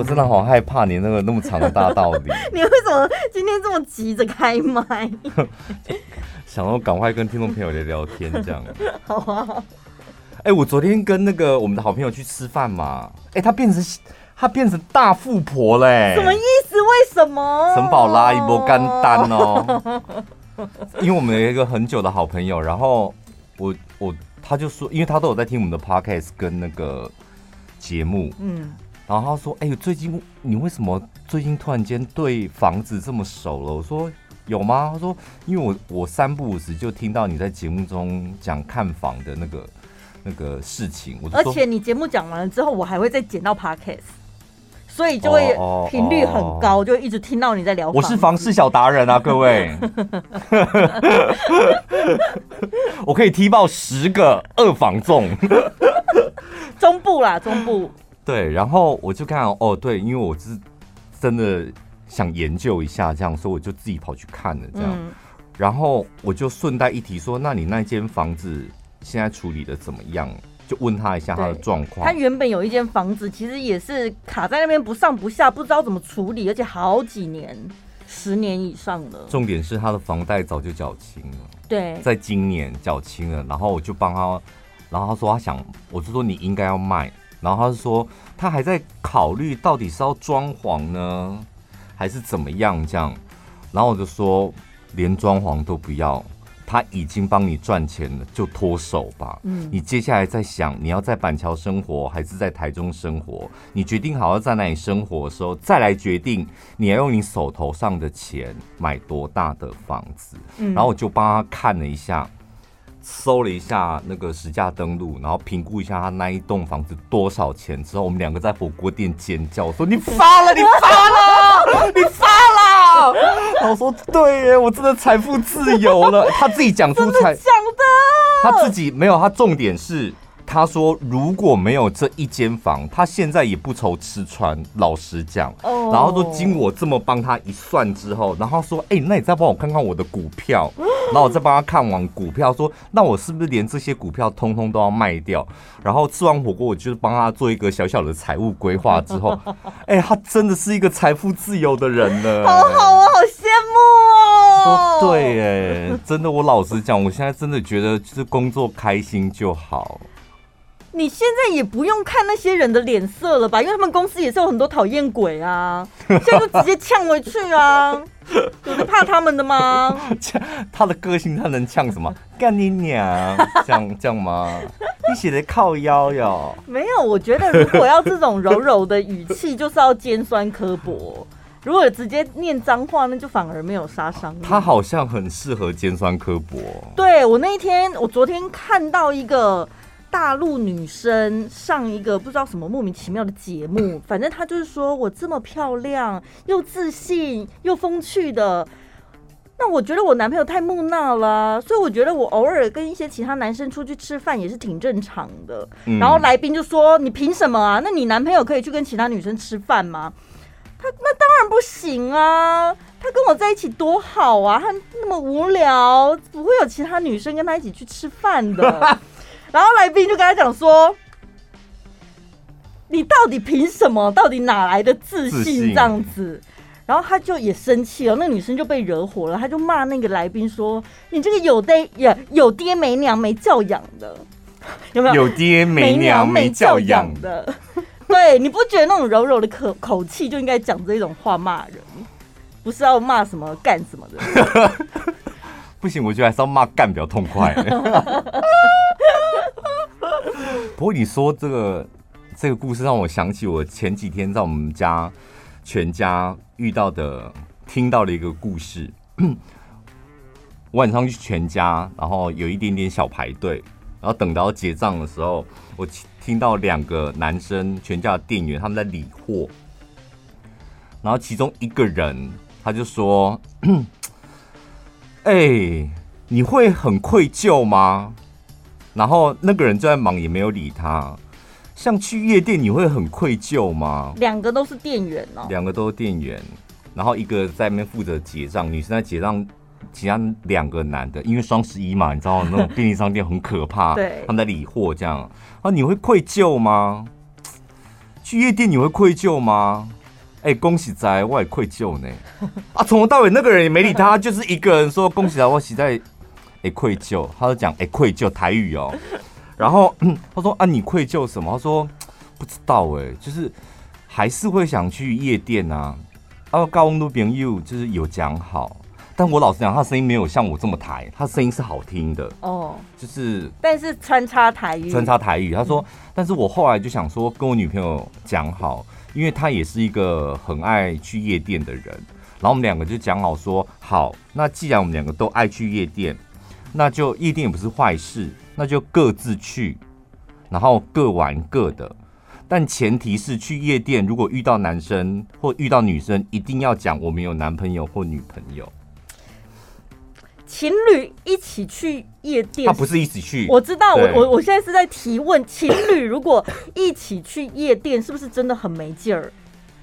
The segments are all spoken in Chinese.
我真的好害怕你那个那么长的大道理。 你为什么今天这么急着开麦？ 想要赶快跟听众朋友聊聊天，这样。 好啊。 我昨天跟那个我们的好朋友去吃饭嘛，她变成大富婆嘞。 什么意思？为什么？ 城堡拉一波干单哦。因为我们有一个很久的好朋友，然后他就说，因为他都有在听我们的 podcast 跟那个节目，然后他说：“最近你为什么最近突然间对房子这么熟了？”我说：“有吗？”他说：“因为我3不5时就听到你在节目中讲看房的那个事情。”我就说， 而且你节目讲完了之后，我还会再剪到 podcast， 所以就会频率很高，就一直听到你在聊房子。 我是房市小达人啊，各位。我可以踢爆10个2房中。 中部啦，中部。 对，然后我就看对，因为我是真的想研究一下这样，所以我就自己跑去看了这样。然后我就顺带一提说，那你那间房子现在处理的怎么样？就问他一下他的状况。 他原本有一间房子，其实也是卡在那边不上不下，不知道怎么处理，而且好几年，10年以上了。 重点是他的房贷早就缴清了， 对， 在今年缴清了。然后我就帮他，然后他说他想，我就说你应该要卖。然后他就说他还在考虑到底是要装潢呢，还是怎么样这样。然后我就说连装潢都不要。他已经帮你赚钱了，就脱手吧。你接下来在想你要在板桥生活还是在台中生活，你决定好要在哪里生活的时候，再来决定你要用你手头上的钱买多大的房子。然后我就帮他看了一下，搜了一下那个实价登录，然后评估一下他那一栋房子多少钱之后，我们2个在火锅店尖叫说：“你发了，你发了，你发了！”然后我说：“对耶，我真的财富自由了。”他自己讲出真的假的？ 他自己没有，他重点是他说如果没有这一间房，他现在也不愁吃穿。老实讲，然后说经我这么帮他一算之后，然后说：“那你再帮我看看我的股票。”然后我再帮他看完股票，说那我是不是连这些股票通通都要卖掉？然后吃完火锅，我就帮他做一个小小的财务规划之后，他真的是一个财富自由的人了。 好好啊，好羡慕哦。 对，真的，我老实讲，我现在真的觉得就是工作开心就好。 你现在也不用看那些人的脸色了吧？因为他们公司也是有很多讨厌鬼啊，现在就直接呛回去啊。有在怕他们的吗？ 他的个性他能呛什么？干你娘！这样吗？你写的靠腰哟。 没有，我觉得如果要这种柔柔的语气，就是要尖酸刻薄。如果直接念脏话，那就反而没有杀伤力。 他好像很适合尖酸刻薄。 对，我昨天看到一个大陆女生上一个不知道什么莫名其妙的节目，反正她就是说我这么漂亮又自信又风趣的，那我觉得我男朋友太木讷了，所以我觉得我偶尔跟一些其他男生出去吃饭也是挺正常的。然后来宾就说你凭什么啊？那你男朋友可以去跟其他女生吃饭吗？那当然不行啊，他跟我在一起多好啊，他那么无聊，不会有其他女生跟他一起去吃饭的。然后来宾就跟他讲说，你到底凭什么？到底哪来的自信这样子？然后他就也生气了，那个女生就被惹火了，他就骂那个来宾说：“你这个有爹没娘没教养的，有没有？ 有爹没娘没教养的。”对，你不觉得那种柔柔的口气就应该讲这种话骂人，不是要骂什么干什么的？ 不行，我觉得还是要骂干比较痛快。不过你说这个故事让我想起我前几天在我们家全家听到的一个故事。晚上去全家，然后有一点点小排队，然后等到结账的时候，我听到2个男生全家的店员他们在理货，然后其中一个人他就说：“你会很愧疚吗？”然后那个人就在忙，也没有理他。像去夜店，你会很愧疚吗 ？2个都是店员哦 ，2个都是店员，然后一个在那边负责结账，女生在结账，其他2个男的，因为双11嘛，你知道那种便利商店很可怕， 对， 他们在理货这样。你会愧疚吗？ 去夜店你会愧疚吗？恭喜仔，我也愧疚呢。从头到尾那个人也没理他，就是一个人说恭喜仔，我实在愧疚。他就讲愧疚台语哦。然后他说你愧疚什么？他说不知道就是还是会想去夜店啊。高温度朋友就是有讲好。但我老实讲，他声音没有像我这么台，他声音是好听的哦，就是， 但是穿插台语。 他说，但是我后来就想说，跟我女朋友讲好，因为她也是一个很爱去夜店的人，然后我们两个就讲好说，好，那既然我们两个都爱去夜店，那就夜店也不是坏事，那就各自去，然后各玩各的。但前提是去夜店，如果遇到男生或遇到女生，一定要讲我们有男朋友或女朋友。 情侣一起去夜店， 他不是一起去。 我知道，我现在是在提问，情侣如果一起去夜店，是不是真的很没劲儿？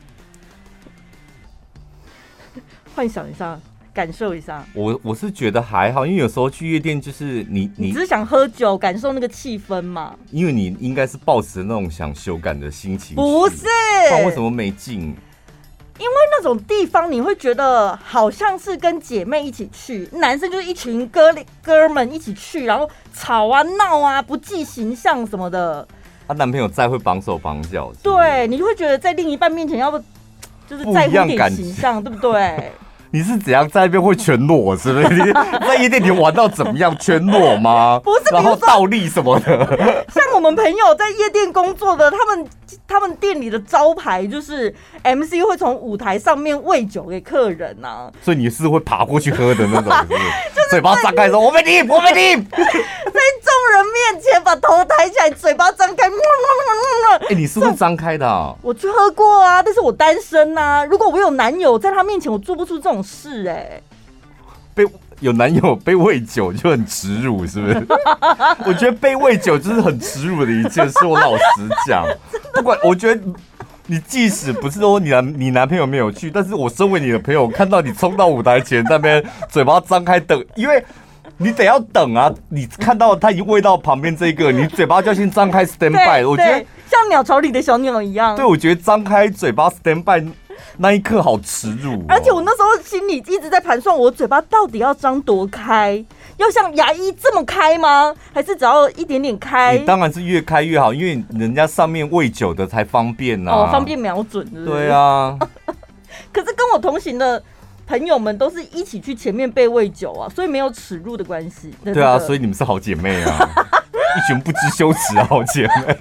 幻想一下，感受一下。 我是觉得还好，因为有时候去夜店就是你只是想喝酒，感受那个气氛嘛。 因为你应该是抱持那种想修改的心情， 不是？ 不然为什么没劲？ 因为那种地方你会觉得好像是跟姐妹一起去，男生就是一群哥们一起去，然后吵啊闹啊，不计形象什么的。 男朋友在会绑手绑脚， 对，你就会觉得在另一半面前要不就是在乎点形象，对不对？ 你是怎样在那边会全裸？是不是？你在夜店你玩到怎么样？全裸吗？ 不是， 然后倒立什么的。 像我们朋友在夜店工作的，他们店里的招牌就是 MC 会从舞台上面喂酒给客人啊。 所以你是会爬过去喝的那种，是不是？就是嘴巴张开说：“我没听，我没听。” 在众人面前把头抬起来，嘴巴张开。 你是不是张开的啊？ 我去喝过啊，但是我单身啊。如果我有男友在他面前，我做不出这种事有男友被喂酒就很耻辱，是不是？我觉得被喂酒就是很耻辱的一件事。我老实讲，不管我觉得你即使不是说你男朋友没有去，但是我身为你的朋友，看到你冲到舞台前那边嘴巴张开等，因为你得要等啊。你看到他已经喂到旁边这个，你嘴巴就要先张开 stand by。我觉得像鸟巢里的小鸟一样。 对，我觉得张开嘴巴 stand by。那一刻好耻辱而且我那时候心里一直在盘算，我嘴巴到底要张多开？要像牙医这么开吗？还是只要一点点开？ 你当然是越开越好，因为人家上面喂酒的才方便啊。 方便瞄准是不是？ 对啊。 可是跟我同行的朋友们都是一起去前面被喂酒啊，所以没有耻辱的关系。 对啊，所以你们是好姐妹啊，一群不知羞耻的好姐妹。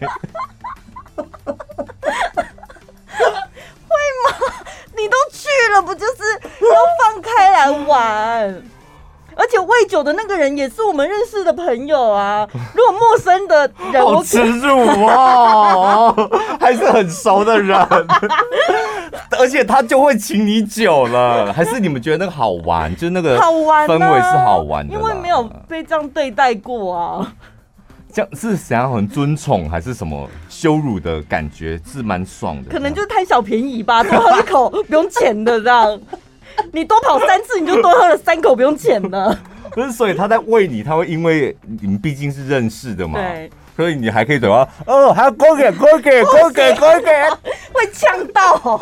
你都去了，不就是要放开来玩？而且喂酒的那个人也是我们认识的朋友啊。如果陌生的人， 好耻辱哦，还是很熟的人，而且他就会请你酒了。还是你们觉得那个好玩？就是那个氛围是好玩的， 因为没有被这样对待过啊。 这样是怎样很尊宠还是什么羞辱的感觉？是蛮爽的， 可能就是贪小便宜吧，多喝一口不用钱的这样。你多跑3次，你就多喝了3口不用钱的。 不是，所以他在喂你，他会因为你们毕竟是认识的嘛， 对， 所以你还可以嘴巴还要勾给， 会呛到。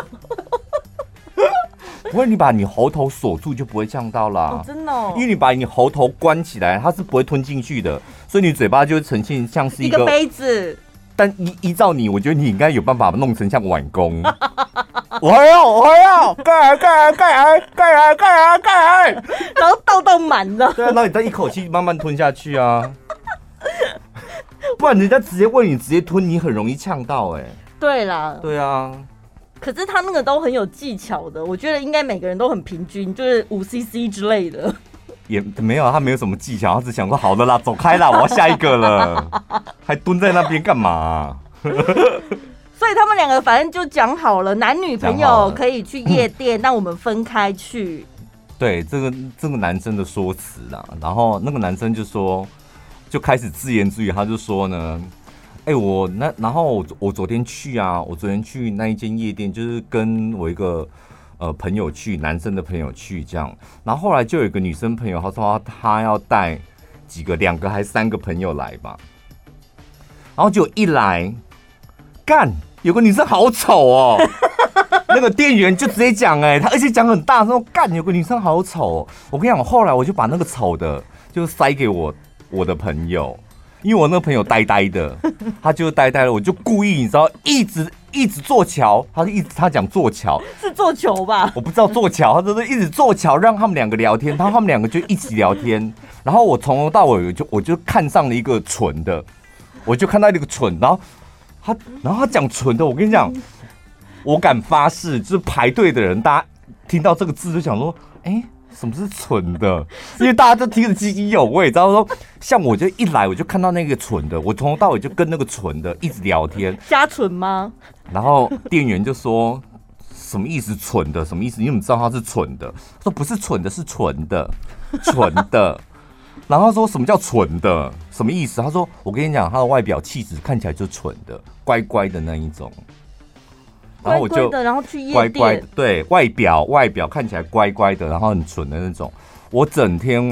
不会，你把你喉头锁住就不会呛到啦。 真的哦， 因为你把你喉头关起来，它是不会吞进去的，所以你嘴巴就会呈现像是一个杯子。 但依照你，我觉得你应该有办法弄成像碗公。我还要盖来， 然后倒满了。 对啊，然后你再一口气慢慢吞下去啊，不然人家直接喂你直接吞，你很容易呛到对啦， 对啊。 可是他那个都很有技巧的，我觉得应该每个人都很平均，就是5cc 之类的。 也没有，他没有什么技巧，他只想说好的啦，走开啦，我要下一个了，还蹲在那边干嘛？ 所以他们两个反正就讲好了，男女朋友可以去夜店，但我们分开去。 对，这个男生的说辞啦，然后那个男生就开始自言自语，他就说呢。然后我昨天去啊，我昨天去那一间夜店，就是跟我一个朋友去，男生的朋友去这样。然后后来就有一个女生朋友，她说她要带2个还3个朋友来吧。然后就一来干有个女生好丑哦。那个店员就直接讲他而且讲很大声，干有个女生好丑哦。我跟你讲，后来我就把那个丑的就塞给我的朋友，因为我那个朋友呆呆的，他就呆呆的，我就故意你知道一直做桥，他讲做桥是做球吧？ 我不知道做桥，他就是一直做桥让他们两个聊天，然后他们两个就一起聊天，然后我从头到尾我就看上了一个蠢的，我就看到那个蠢，然后他讲蠢的，我跟你讲。我敢发誓，就是排队的人，大家听到这个字就想说，什么是蠢的？因为大家都听得津津有味，知道说，像我就一来我就看到那个蠢的，我从头到尾就跟那个蠢的一直聊天。 加蠢吗？ 然后店员就说什么意思？蠢的什么意思？你怎么知道他是蠢的？他说不是蠢的，是蠢的，蠢的。然后他说什么叫蠢的？什么意思？他说我跟你讲，他的外表气质看起来就是蠢的，乖乖的那一种。然后我就然后去夜店， 乖乖的，对，外表看起来乖乖的，然后很蠢的那种。我整个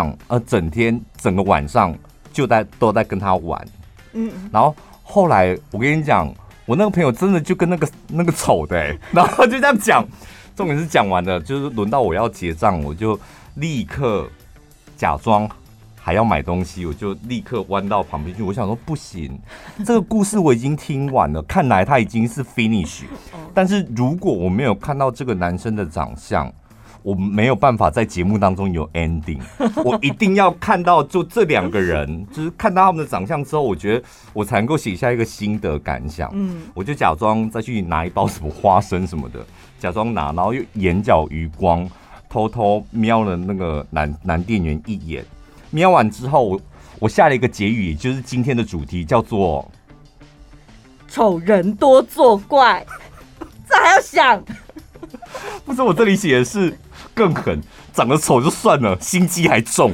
晚上都在跟他玩，然后后来我跟你讲，我那个朋友真的就跟那个丑的然后就这样讲，重点是讲完了，就是轮到我要结账，我就立刻假装还要买东西，我就立刻弯到旁边去。我想说不行，这个故事我已经听完了，看来他已经是 finish。但是如果我没有看到这个男生的长相，我没有办法在节目当中有 ending。我一定要看到就这两个人，就是看到他们的长相之后，我觉得我才能够写下一个心得感想。我就假装再去拿一包什么花生什么的，假装拿，然后又眼角余光偷偷瞄了那个男店员一眼。瞄完之后，我下了一个结语，也就是今天的主题，叫做 “丑人多作怪”，这还要想？ 不是，我这里写的是更狠，长得丑就算了，心机还重。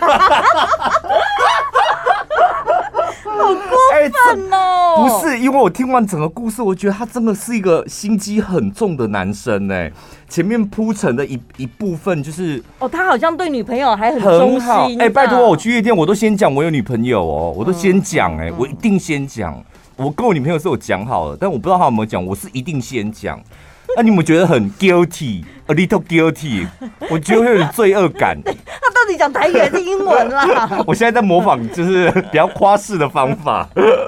好过分哦！ 不是，因为我听完整个故事，我觉得他真的是一个心机很重的男生前面铺陈的一部分就是他好像对女朋友还很忠心。 拜托我去夜店，我都先讲我有女朋友我都先讲我一定先讲。我跟我女朋友是有讲好了，但我不知道他有没有讲，我是一定先讲。那你们觉得很 guilty，a little guilty？ 我觉得会有点罪恶感。 他到底讲台语还是英文啦？ 我现在在模仿，就是比较夸饰的方法。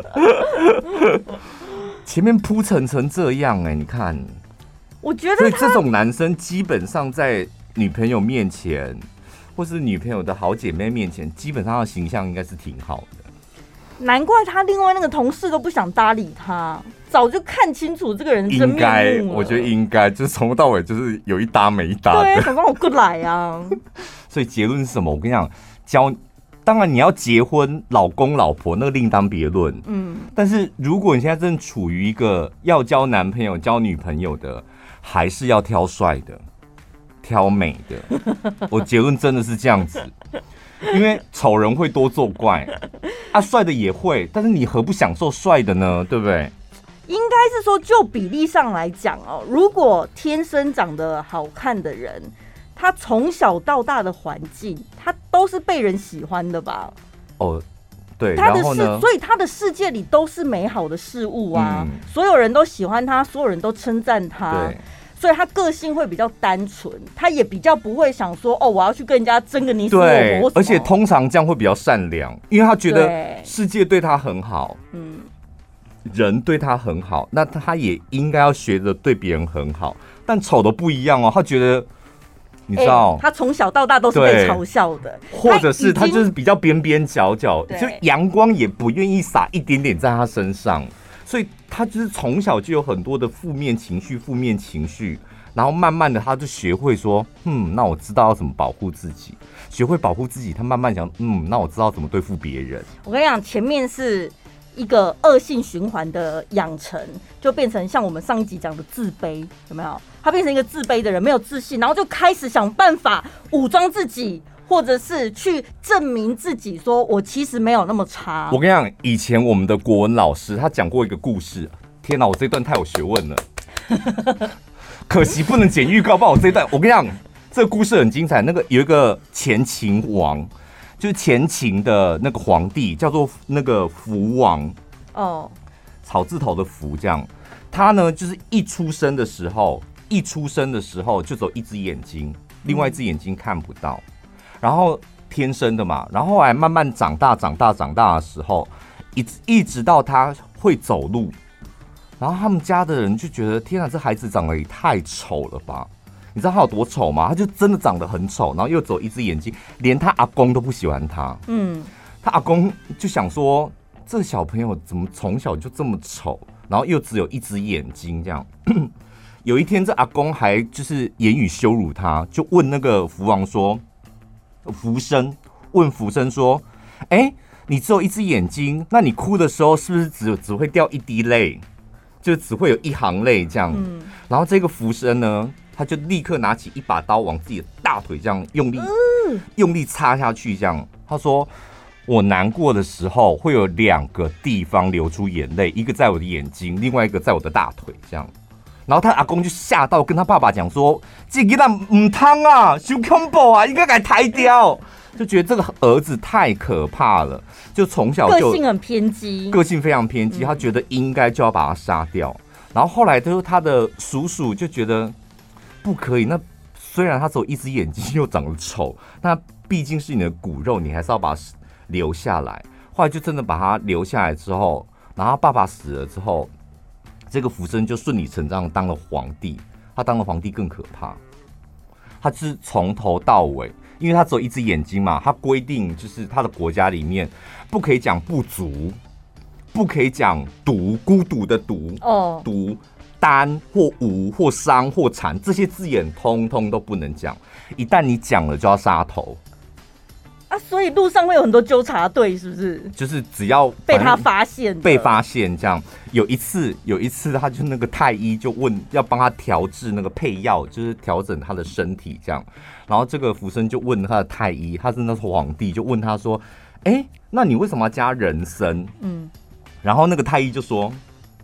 前面铺陈成这样你看， 我觉得所以这种男生基本上在女朋友面前，或是女朋友的好姐妹面前，基本上的形象应该是挺好的。 难怪他另外那个同事都不想搭理他，早就看清楚这个人真面目了。 我觉得应该就是从头到尾就是有一搭没一搭的。 对，想让我过来啊。 所以结论是什么？我跟你讲，当然你要结婚，老公老婆那个另当别论。但是如果你现在正处于一个要交男朋友、交女朋友的，还是要挑帅的、挑美的。我结论真的是这样子。因为丑人会多作怪帅的也会，但是你何不享受帅的呢？对不对？ 应该是说就比例上来讲如果天生长得好看的人，他从小到大的环境他都是被人喜欢的吧。 对， 他的然后呢， 所以他的世界里都是美好的事物所有人都喜欢他，所有人都称赞他。对，所以他个性会比较单纯，他也比较不会想说我要去跟人家争个你死我活。 而且通常这样会比较善良，因为他觉得世界对他很好，人对他很好，那他也应该要学着对别人很好。但丑的不一样他觉得你知道， 他从小到大都是被嘲笑的， 或者是他就是比较边边角角，就阳光也不愿意洒一点点在他身上。所以他就是从小就有很多的负面情绪，然后慢慢的他就学会说，那我知道要怎么保护自己，学会保护自己，他慢慢想，那我知道怎么对付别人。 我跟你讲，前面是一个恶性循环的养成，就变成像我们上一集讲的自卑，有没有？他变成一个自卑的人，没有自信，然后就开始想办法武装自己。或者是去证明自己，说我其实没有那么差。 我跟你讲，以前我们的国文老师他讲过一个故事，天哪，我这段太有学问了，可惜不能剪预告，不然我这一段，我跟你讲，这个故事很精彩。那个有一个前秦王，就是前秦的那个皇帝，叫做那个福王。 草字头的福这样。他呢，就是一出生的时候就只有一只眼睛，另外一只眼睛看不到，然后天生的嘛，然后后来慢慢长大的时候，一直到他会走路，然后他们家的人就觉得天啊，这孩子长得也太丑了吧。你知道他有多丑吗？他就真的长得很丑，然后又只有一只眼睛，连他阿公都不喜欢他。他阿公就想说，这小朋友怎么从小就这么丑，然后又只有一只眼睛这样。有一天，这阿公还就是言语羞辱他，就问那个福王说，福生问福生说，你只有一只眼睛，那你哭的时候是不是只会掉一滴泪，就只会有一行泪这样？然后这个福生呢，他就立刻拿起一把刀往自己的大腿这样用力插下去，这样他说，我难过的时候会有2个地方流出眼泪，一个在我的眼睛，另外一个在我的大腿这样。然后他阿公就吓到，跟他爸爸讲说，这个人唔通啊，太恐怖啊，应该给他抬掉。就觉得这个儿子太可怕了，就从小就个性很偏激， 个性非常偏激，他觉得应该就要把他杀掉。然后后来就是他的叔叔就觉得不可以，那虽然他只有一只眼睛又长得丑，那毕竟是你的骨肉，你还是要把他留下来。后来就真的把他留下来之后，然后他爸爸死了之后，这个福生就顺理成章当了皇帝。他当了皇帝更可怕，他是从头到尾，因为他只有一只眼睛嘛，他规定就是他的国家里面不可以讲不足，不可以讲独，孤独的独，独单或无或伤或残这些字眼通通都不能讲，一旦你讲了就要杀头。 所以路上会有很多纠察队，是不是？ 就是只要被他发现， 被发现这样。有一次，他就那个太医就问要帮他调制那个配药，就是调整他的身体这样。然后这个福生就问他的太医，他是那皇帝，就问他说：“那你为什么要加人参？”然后那个太医就说：“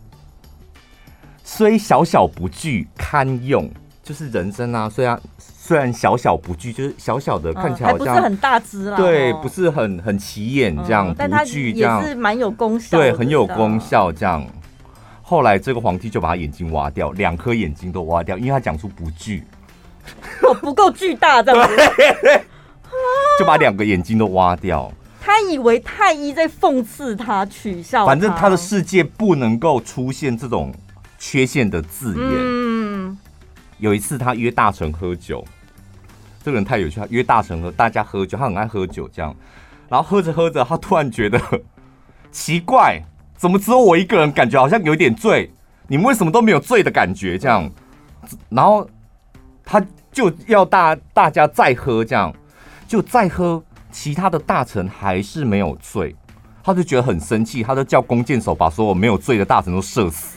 虽小小不具，堪用。”就是人参啊，虽然小小不具，就是小小的，看起来好像还不是很大只啦， 对，不是很起眼这样， 但它也是蛮有功效的， 对，很有功效这样。后来这个皇帝就把他眼睛挖掉，2颗眼睛都挖掉，因为他讲出不具， 不够巨大这样子， 就把2个眼睛都挖掉。 他以为太医在讽刺他，取笑他， 反正他的世界不能够出现这种缺陷的字眼。有一次他约大臣喝酒，这个人太有趣，他约大臣大家喝酒，他很爱喝酒这样，然后喝着喝着，他突然觉得奇怪，怎么只有我一个人感觉好像有点醉，你们为什么都没有醉的感觉这样？然后他就要大家再喝这样，就再喝，其他的大臣还是没有醉，他就觉得很生气，他就叫弓箭手把所有没有醉的大臣都射死。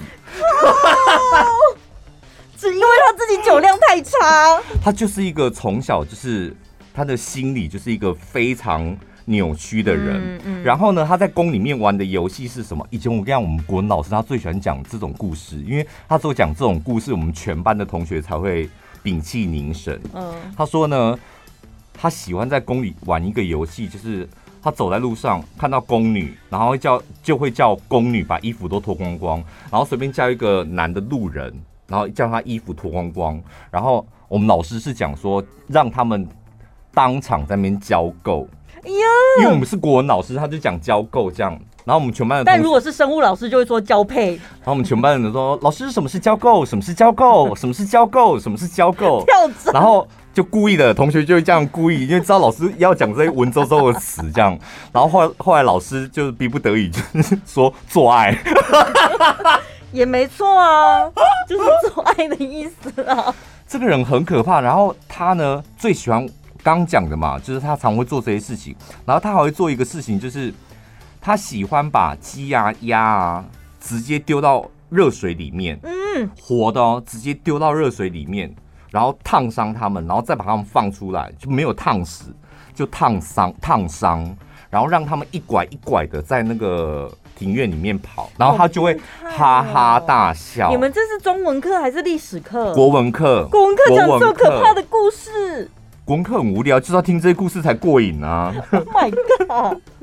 是因为他自己酒量太差， 他就是一个从小就是他的心理就是一个非常扭曲的人。然后呢，他在宫里面玩的游戏是什么？以前我跟我们国文老师他最喜欢讲这种故事，因为他说讲这种故事，我们全班的同学才会屏气凝神。他说呢，他喜欢在宫里玩一个游戏，就是他走在路上看到宫女，然后就会叫宫女把衣服都脱光光，然后随便叫一个男的路人，然后叫他衣服脱光光，然后我们老师是讲说让他们当场在那边交媾，因为我们是国文老师，他就讲交媾这样。然后我们全班的同学， 但如果是生物老师就会说交配。 然后我们全班的人说：“老师，什么是交媾？什么是交媾？什么是交媾？什么是交媾？”然后就故意的同学就会这样故意，因为知道老师要讲这些文绉绉的词这样。然后后来老师就是逼不得已，就是说做爱。 也没错啊，就是做爱的意思啊。 这个人很可怕，然后他呢最喜欢刚讲的嘛，就是他常会做这些事情，然后他还会做一个事情，就是他喜欢把鸡啊、鸭啊直接丢到热水里面，活的哦，直接丢到热水里面，然后烫伤他们，然后再把他们放出来，就没有烫死，就烫伤，然后让他们一拐一拐的在那个庭院里面跑，然后他就会哈哈大笑。 你们这是中文课还是历史课？ 国文课。 国文课讲这么可怕的故事， 国文课很无聊，就是要听这些故事才过瘾啊。 Oh my god！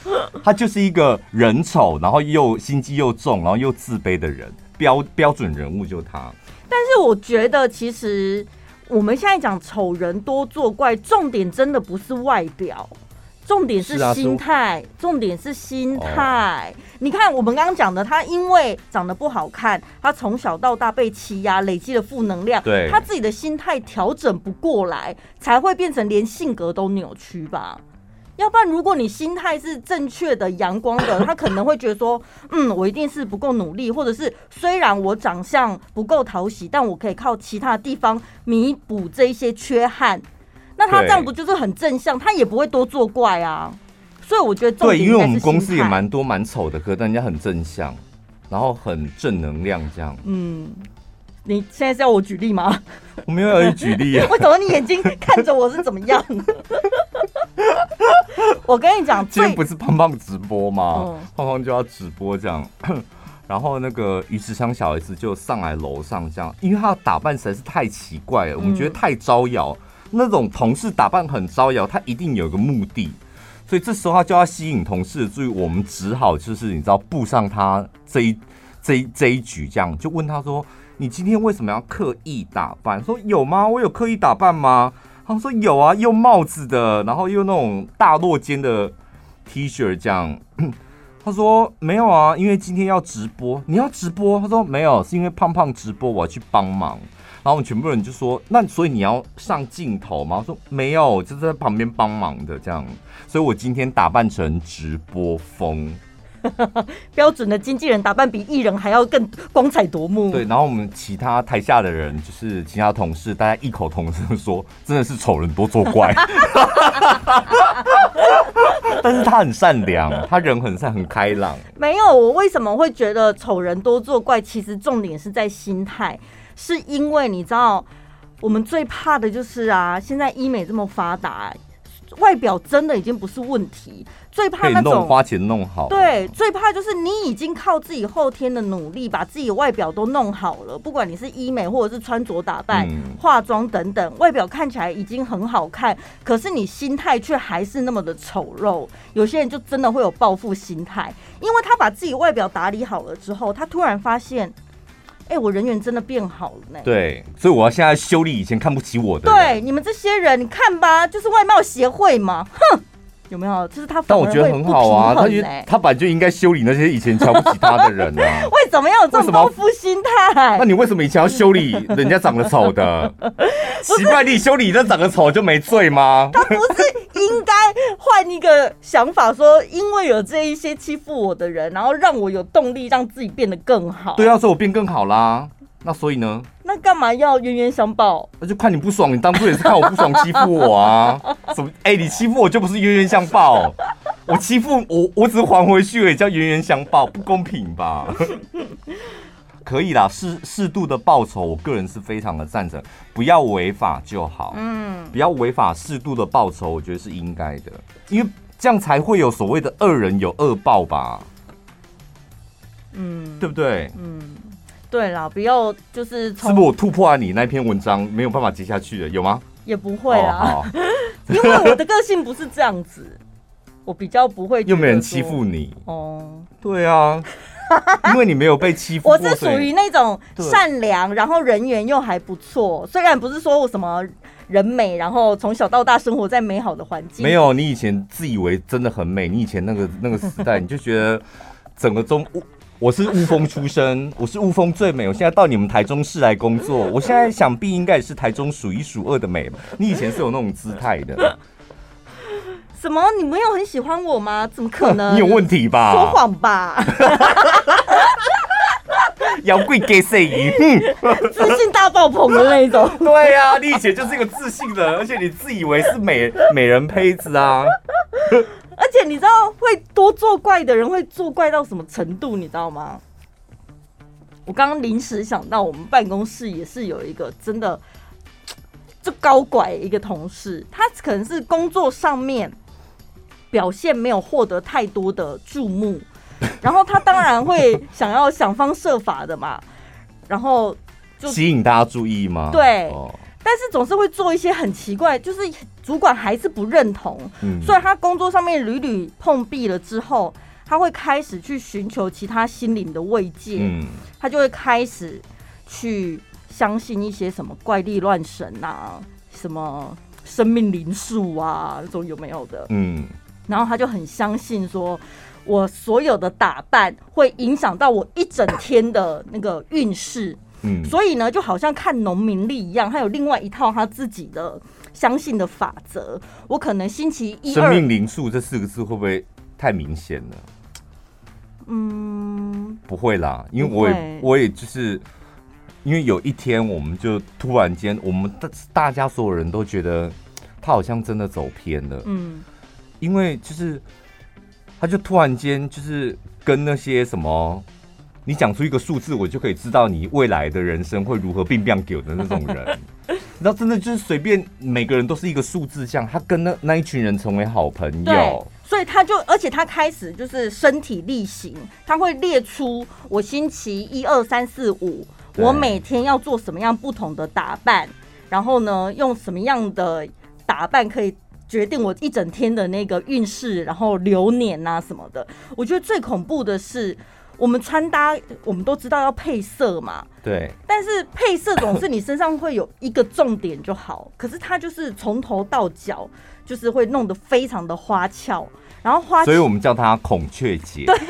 他就是一个人丑，然后又心机又重，然后又自卑的人，标准人物就他。 但是我觉得其实我们现在讲丑人多作怪，重点真的不是外表。重点是心态，重点是心态。你看，我们刚刚讲的，他因为长得不好看，他从小到大被欺压，累积了负能量， 对， 他自己的心态调整不过来，才会变成连性格都扭曲吧。要不然，如果你心态是正确的、阳光的，他可能会觉得说，我一定是不够努力，或者是虽然我长相不够讨喜，但我可以靠其他地方弥补这一些缺憾。那他这样不就是很正向？他也不会多作怪啊。所以我觉得重点应该是心态。对，因为我们公司也蛮多蛮丑的，可是人家很正向，然后很正能量这样。 你现在是要我举例吗？ 我没有要举例啊。 为什么你眼睛看着我是怎么样？我跟你讲， 今天不是胖胖直播吗？胖胖就要直播这样。然后那个于池昌小 S 就上来楼上这样，因为他的打扮实在是太奇怪了，我们觉得太招摇。那种同事打扮很招摇，他一定有个目的，所以这时候他就要吸引同事的注意，我们只好就是你知道步上他这一局，这样就问他说：“你今天为什么要刻意打扮？”说有吗？我有刻意打扮吗？他说有啊，又帽子的，然后又那种大落肩的 T 恤这样。他说没有啊，因为今天要直播。你要直播？他说没有，是因为胖胖直播，我要去帮忙。然后我们全部人就说，那所以你要上镜头吗？我说没有，就是在旁边帮忙的这样。所以我今天打扮成直播风。 标准的经纪人打扮比艺人还要更光彩夺目。 对，然后我们其他台下的人，就是其他同事，大家异口同声说，真的是丑人多作怪。但是他很善良，他人很开朗。 没有，我为什么会觉得丑人多作怪？其实重点是在心态，是因为你知道，我们最怕的就是现在医美这么发达。外表真的已经不是问题，最怕那种花钱弄好。 对，最怕就是你已经靠自己后天的努力把自己的外表都弄好了，不管你是医美或者是穿着打扮、化妆等等，外表看起来已经很好看，可是你心态却还是那么的丑陋。有些人就真的会有报复心态，因为他把自己外表打理好了之后，他突然发现。我人缘真的变好了呢。 对，所以我要现在修理以前看不起我的人。 对，你们这些人，你看吧，就是外貌协会嘛，哼，有没有？就是他反而会不平衡， 但我觉得很好啊，他本来就应该修理那些以前瞧不起他的人啊。 为什么要有这种报复心态？ 那你为什么以前要修理人家长得丑的？奇怪，你修理人长得丑就没罪吗？ 他不是应该换一个想法，说因为有这一些欺负我的人，然后让我有动力让自己变得更好。 对啊，所以我变更好啦。那所以呢？ 那干嘛要冤冤相报？ 那就看你不爽，你当初也是看我不爽欺负我啊！什么？你欺负我就不是冤冤相报，我欺负我只是还回去也叫冤冤相报，不公平吧？可以啦，适度的报酬，我个人是非常的赞成，不要违法就好。不要违法，适度的报酬，我觉得是应该的，因为这样才会有所谓的恶人有恶报吧。对不对？ 对啦，不要就是是不是我突破了你那篇文章没有办法接下去了？有吗？ 也不会啦，因为我的个性不是这样子，我比较不会。 又没人欺负你哦？对啊，因为你没有被欺负过。 我是属于那种善良，然后人缘又还不错。虽然不是说我什么人美，然后从小到大生活在美好的环境。 没有，你以前自以为真的很美，你以前那个时代，你就觉得整个我是雾峰出身，我是雾峰最美。我现在到你们台中市来工作，我现在想必应该也是台中数一数二的美吧？你以前是有那种姿态的。 什么？你没有很喜欢我吗？怎么可能？ 你有问题吧？ 说谎吧！ 姚贵给谁赢？ 自信大爆棚的那一种。 对呀，你以前就是一个自信的，而且你自以为是美人胚子啊。 而且你知道会多作怪的人会作怪到什么程度？你知道吗？我刚刚临时想到，我们办公室也是有一个真的就高拐一个同事，他可能是工作上面表现没有获得太多的注目，然后他当然会想方设法的嘛，然后就吸引大家注意吗？ 对。 但是总是会做一些很奇怪，就是主管还是不认同，所以他工作上面屡屡碰壁了之后，他会开始去寻求其他心灵的慰藉，他就会开始去相信一些什么怪力乱神啊，什么生命灵数啊，这种有没有的？然后他就很相信说，我所有的打扮会影响到我一整天的那个运势。所以呢，就好像看农民历一样，他有另外一套他自己的相信的法则。我可能星期一、 生命灵数这4个字会不会太明显了？不会啦，因为我也就是因为有一天，我们就突然间，我们大家所有人都觉得他好像真的走偏了。因为就是他就突然间就是跟那些什么。你讲出一个数字，我就可以知道你未来的人生会如何变给的那种人，你知道，真的就是随便每个人都是一个数字这样，他跟那一群人成为好朋友， 所以而且他开始就是身体力行，他会列出我星期1、2、3、4、5，我每天要做什么样不同的打扮，然后呢，用什么样的打扮可以决定我一整天的那个运势，然后流年啊什么的。我觉得最恐怖的是。我们穿搭，我们都知道要配色嘛， 对。 但是配色总是你身上会有一个重点就好，可是它就是从头到脚，就是会弄得非常的花俏，然后所以我们叫它孔雀姐。 对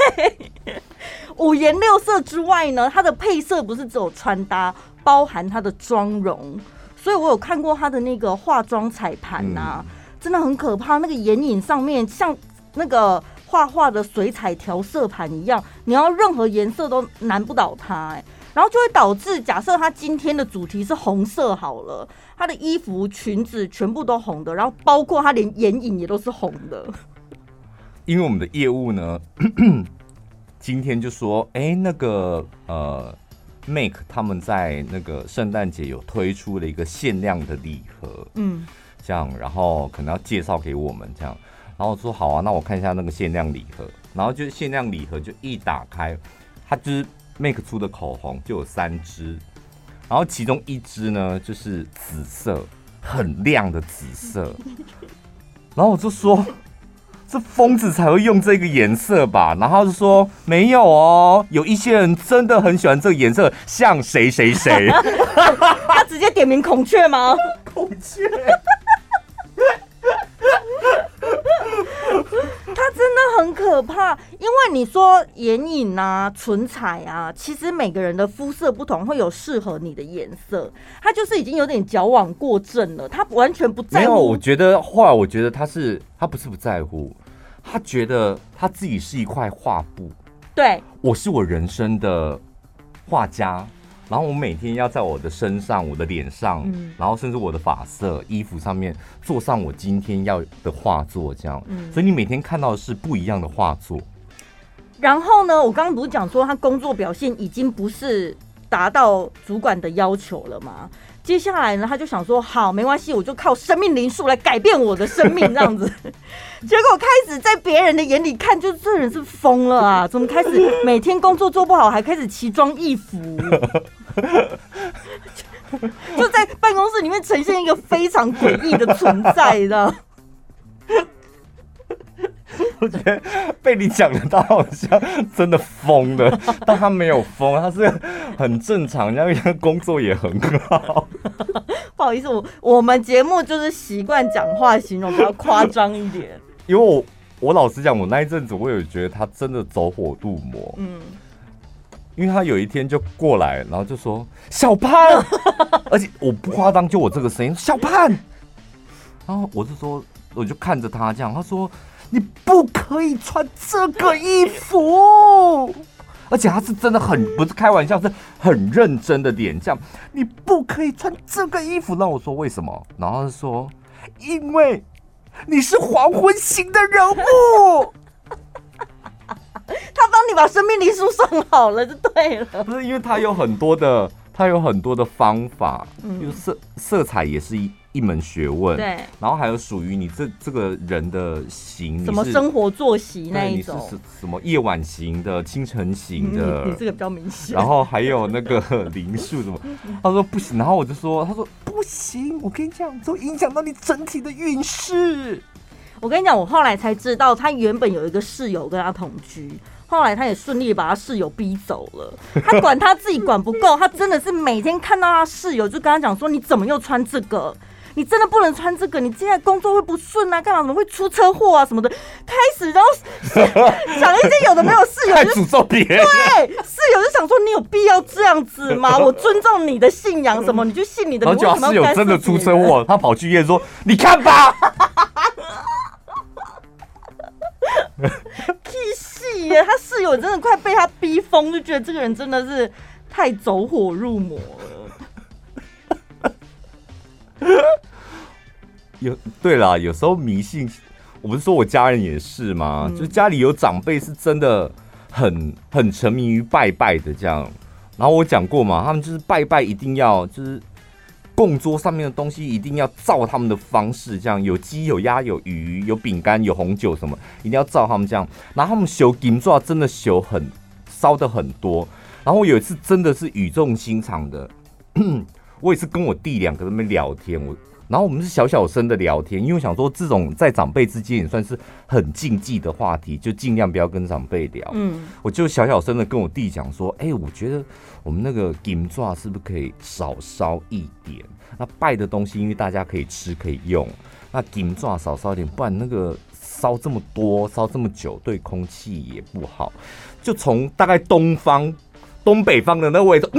，5颜6色之外呢，它的配色不是只有穿搭，包含它的妆容。所以我有看过它的那个化妆彩盘啊，真的很可怕，那个眼影上面像那个。画的水彩调色盘一样，你要任何颜色都难不倒它，然后就会导致，假设他今天的主题是红色好了，他的衣服、裙子全部都红的，然后包括他连眼影也都是红的。 因为我们的业务呢，今天就说，那个Make 他们在那个圣诞节有推出了一个限量的礼盒，这样，然后可能要介绍给我们这样。然后我说好啊，那我看一下那个限量礼盒，然后就限量礼盒就一打开，它就是 Make 出的口红就有3支，然后其中1支呢就是紫色，很亮的紫色，然后我就说这疯子才会用这个颜色吧，然后他就说没有哦，有一些人真的很喜欢这个颜色，像谁谁谁， 他直接点名孔雀吗？ 孔雀。 它真的很可怕，因为你说眼影啊、唇彩啊，其实每个人的肤色不同，会有适合你的颜色。他就是已经有点矫枉过正了，他完全不在乎。 没有，我觉得后来我觉得他不是不在乎，他觉得他自己是一块画布。 对， 我是我人生的画家。然后我每天要在我的身上、我的脸上，然后甚至我的发色、衣服上面做上我今天要的画作，这样。所以你每天看到的是不一样的画作。 然后呢，我刚刚不是讲说他工作表现已经不是达到主管的要求了吗？接下来呢，他就想说，好，没关系，我就靠生命灵数来改变我的生命，这样子。结果开始在别人的眼里看，就这人是疯了啊！怎么开始每天工作做不好，还开始奇装异服？就在办公室里面呈现一个非常诡异的存在，你知道？ 我觉得被你讲的，他好像真的疯了，但他没有疯，他是很正常，人家工作也很好。 不好意思，我们节目就是习惯讲话形容比较夸张一点。 因为我老实讲，我那一阵子我有觉得他真的走火入魔。因为他有一天就过来，然后就说小潘，而且我不夸张，就我这个声音，小潘。然后我就说，我就看着他这样，他说你不可以穿这个衣服，而且他是真的不是开玩笑，是很认真的脸这样，你不可以穿这个衣服。那我说为什么？然后他说因为你是黄昏型的人物。 他帮你把生命灵数算好了就对了。 不是，因为他有很多的方法，就是色彩也是一门学问。 对， 然后还有属于你这个人的型， 什么生活作息那一种， 你是什么夜晚型的、清晨型的， 你这个比较明显。 然后还有那个灵数什么，他说不行，然后我就说，他说不行，我跟你讲，这会影响到你整体的运势。 我跟你讲，我后来才知道，他原本有一个室友跟他同居，后来他也顺利把他室友逼走了。他管他自己管不够，他真的是每天看到他室友就跟他讲说：“你怎么又穿这个？你真的不能穿这个，你接下来工作会不顺啊，干嘛？怎么会出车祸啊什么的？”开始然后讲一些有的没有，室友太诅咒别人。 对，室友就想说：“你有必要这样子吗？我尊重你的信仰，什么你就信你的。” 然后就室友真的出车祸，他跑去医院说：“你看吧。” 屁戏耶！他室友真的快被他逼疯，就觉得这个人真的是太走火入魔了。对啦，有时候迷信，我不是说我家人也是吗？就家里有长辈是真的很沉迷于拜拜的这样。然后我讲过嘛，他们就是拜拜一定要就是供桌上面的东西一定要照他们的方式，这样有鸡有鸭有鱼有饼干有红酒什么，一定要照他们这样。然后他们修金纸真的烧的很多。然后我有一次真的是语重心长的，我也是跟我弟两个在那边聊天，然后我们是小小声的聊天，因为我想说这种在长辈之间也算是很禁忌的话题，就尽量不要跟长辈聊。我就小小声的跟我弟讲说，我觉得我们那个金纸是不是可以少烧一点？那拜的东西因为大家可以吃可以用，那金纸少烧一点，不然那个烧这么多烧这么久对空气也不好。就从大概东北方的那位说，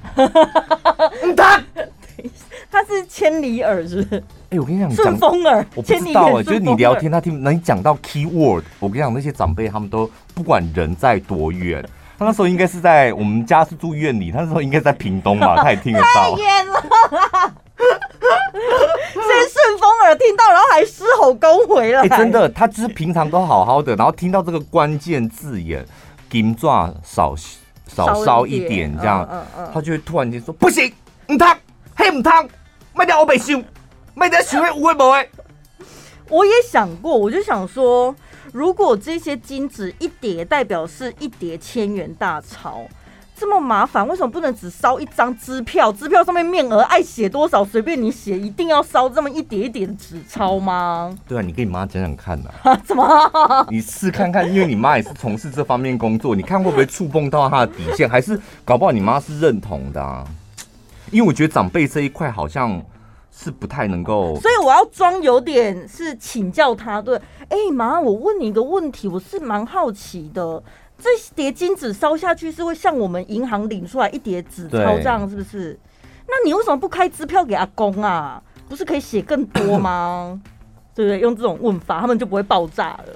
他是千里耳是不是？ 我跟你讲， 顺风耳， 我不知道就是你聊天，他听，你讲到 keyword， 我跟你讲，那些长辈他们都不管人在多远，他那时候应该是在我们家是住院里，他那时候应该在屏东吧，他也听得到。 太远了啦！先顺风耳听到，然后还狮吼功回来。 真的，他就是平常都好好的，然后听到这个关键字眼，金纸少烧一点这样，他就会突然间说不行，唔通，嘿唔通，卖掉我白想，卖掉想有的无的。 我也想过，我就想说，如果这些金纸一叠代表是一叠千元大钞，这么麻烦，为什么不能只烧一张支票？支票上面面额爱写多少随便你写，一定要烧这么一叠一叠的纸钞吗？ 对啊，你跟你妈讲讲看啊。 怎么？ 你试看看，因为你妈也是从事这方面工作，你看会不会触碰到她的底线？还是搞不好你妈是认同的啊？因为我觉得长辈这一块好像是不太能够， 所以我要装有点是请教他。对，妈，我问你一个问题，我是蛮好奇的。这叠金纸烧下去是会像我们银行领出来一叠纸钞这样，是不是？那你为什么不开支票给阿公啊？不是可以写更多吗？对不对？用这种问法，他们就不会爆炸了。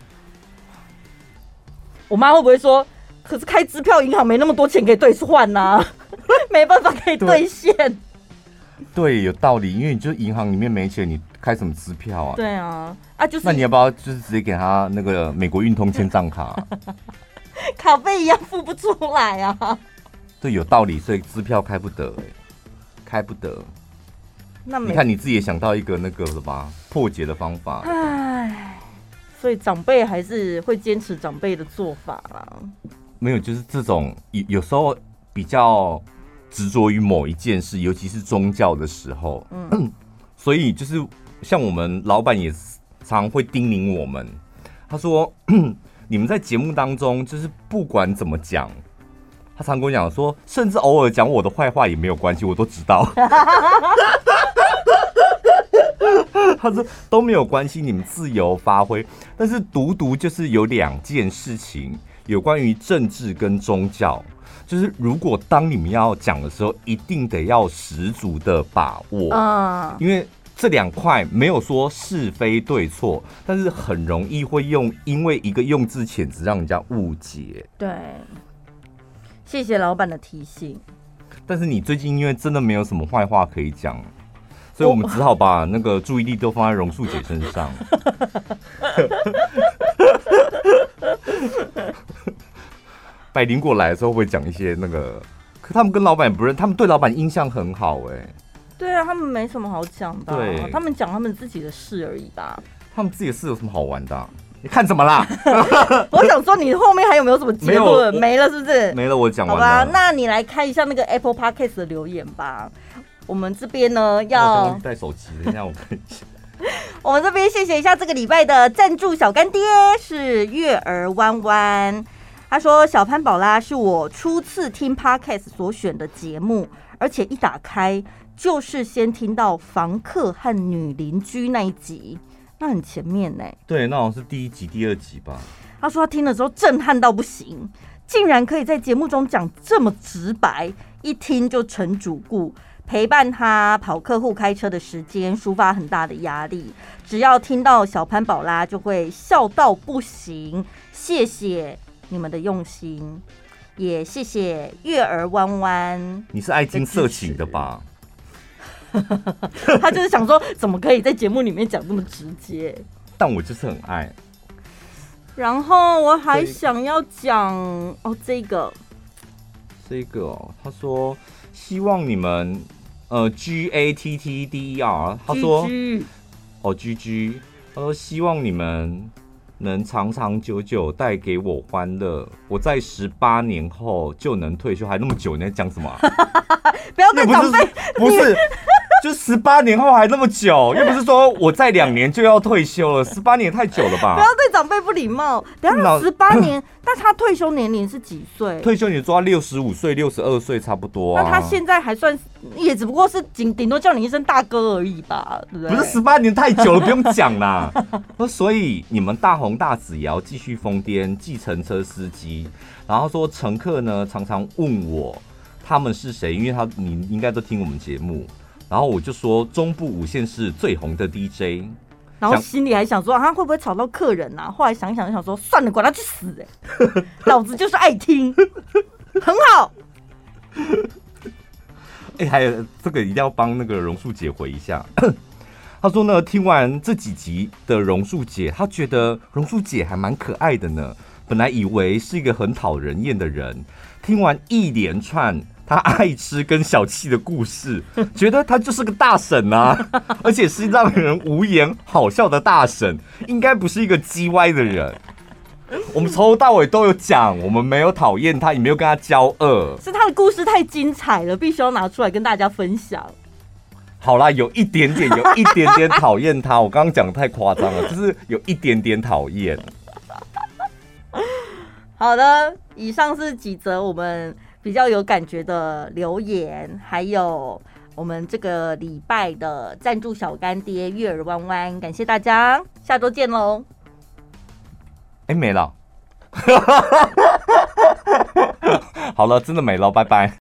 我妈会不会说？可是开支票，银行没那么多钱可以兑换呐，没办法可以兑现。 对，有道理，因为你就是银行里面没钱，你开什么支票啊？ 对啊，就是那你要不要就是直接给他那个美国运通签账卡？ 卡费一样付不出来啊。 对，有道理，所以支票开不得，开不得。那你看你自己也想到一个那个了吧，破解的方法。 唉，所以长辈还是会坚持长辈的做法啦。 没有，就是这种有时候比较执着于某一件事，尤其是宗教的时候，所以就是像我们老板也常会叮咛我们，他说你们在节目当中就是不管怎么讲，他常跟我讲说，甚至偶尔讲我的坏话也没有关系，我都知道。他说都没有关系，你们自由发挥。但是独就是有两件事情，有关于政治跟宗教，就是如果当你们要讲的时候，一定得要十足的把握，因为这两块没有说是非对错，但是很容易会因为一个用字遣词让人家误解。 对，谢谢老板的提醒。 但是你最近因为真的没有什么坏话可以讲，所以我们只好把那个注意力都放在榕树姐身上。百灵果来的时候会讲一些那个，可他们跟老板也不认，他们对老板印象很好哎。 对啊，他们没什么好讲的、 对， 他们讲他们自己的事而已吧。 他们自己的事有什么好玩的、你看怎么啦？ 我想说，你后面还有没有什么结论？没了是不是？ 没了，我讲完了。 好吧，那你来看一下那个 Apple Podcast 的留言吧。我们这边呢要带手机，等一下我看一下。 我们这边谢谢一下这个礼拜的赞助小干爹是月儿弯弯，他说小潘宝拉是我初次听 Podcast 所选的节目，而且一打开就是先听到房客和女邻居那一集，那很前面呢。 对，那好像是第1集、第2集吧。 他说他听的时候震撼到不行，竟然可以在节目中讲这么直白，一听就成主顾。陪伴他跑客户开车的时间，抒发很大的压力。只要听到小潘宝拉，就会笑到不行。谢谢你们的用心，也谢谢月儿弯弯。 你是爱听色情的吧？ 他就是想说，怎么可以在节目里面讲这么直接？ 但我就是很爱。 然后我还想要讲这个他说希望你们GATTDER， 他说GG， 他说希望你们能长长久久带给我欢乐，我在18年后就能退休，还那么久，你在讲什么、 不要对长辈， 不是。就18年后还那么久，又不是说我在2年就要退休了，18年也太久了吧？ 不要对长辈不礼貌。等一下18年，那他退休年龄是几岁？ 退休年抓65岁、62岁差不多、啊。 那他现在还算，也只不过是顶多叫你一声大哥而已吧，对不对？ 不是18年太久了，不用讲啦。所以你们大红大紫也要继续疯癫，计程车司机。然后说乘客呢常常问我他们是谁，因为你应该都听我们节目。然后我就说中部5县市最红的 DJ， 然后心里还想说他会不会吵到客人啊？后来想想说算了，管他去死老子就是爱听，很好。 还有这个一定要帮那个榕树姐回一下。他说呢，听完这几集的榕树姐，他觉得榕树姐还蛮可爱的呢。本来以为是一个很讨人厌的人，听完一连串他爱吃跟小气的故事，觉得他就是个大婶啊，而且是让人无言好笑的大婶，应该不是一个叽歪的人。我们从头到尾都有讲，我们没有讨厌他，也没有跟他交恶， 是他的故事太精彩了，必须要拿出来跟大家分享。 好啦，有一点点讨厌他，我刚刚讲的太夸张了，就是有一点点讨厌。 好的，以上是几则我们比较有感觉的留言，还有我们这个礼拜的赞助小干爹月儿弯弯，感谢大家，下周见喽。 没了。好了，真的没了，拜拜。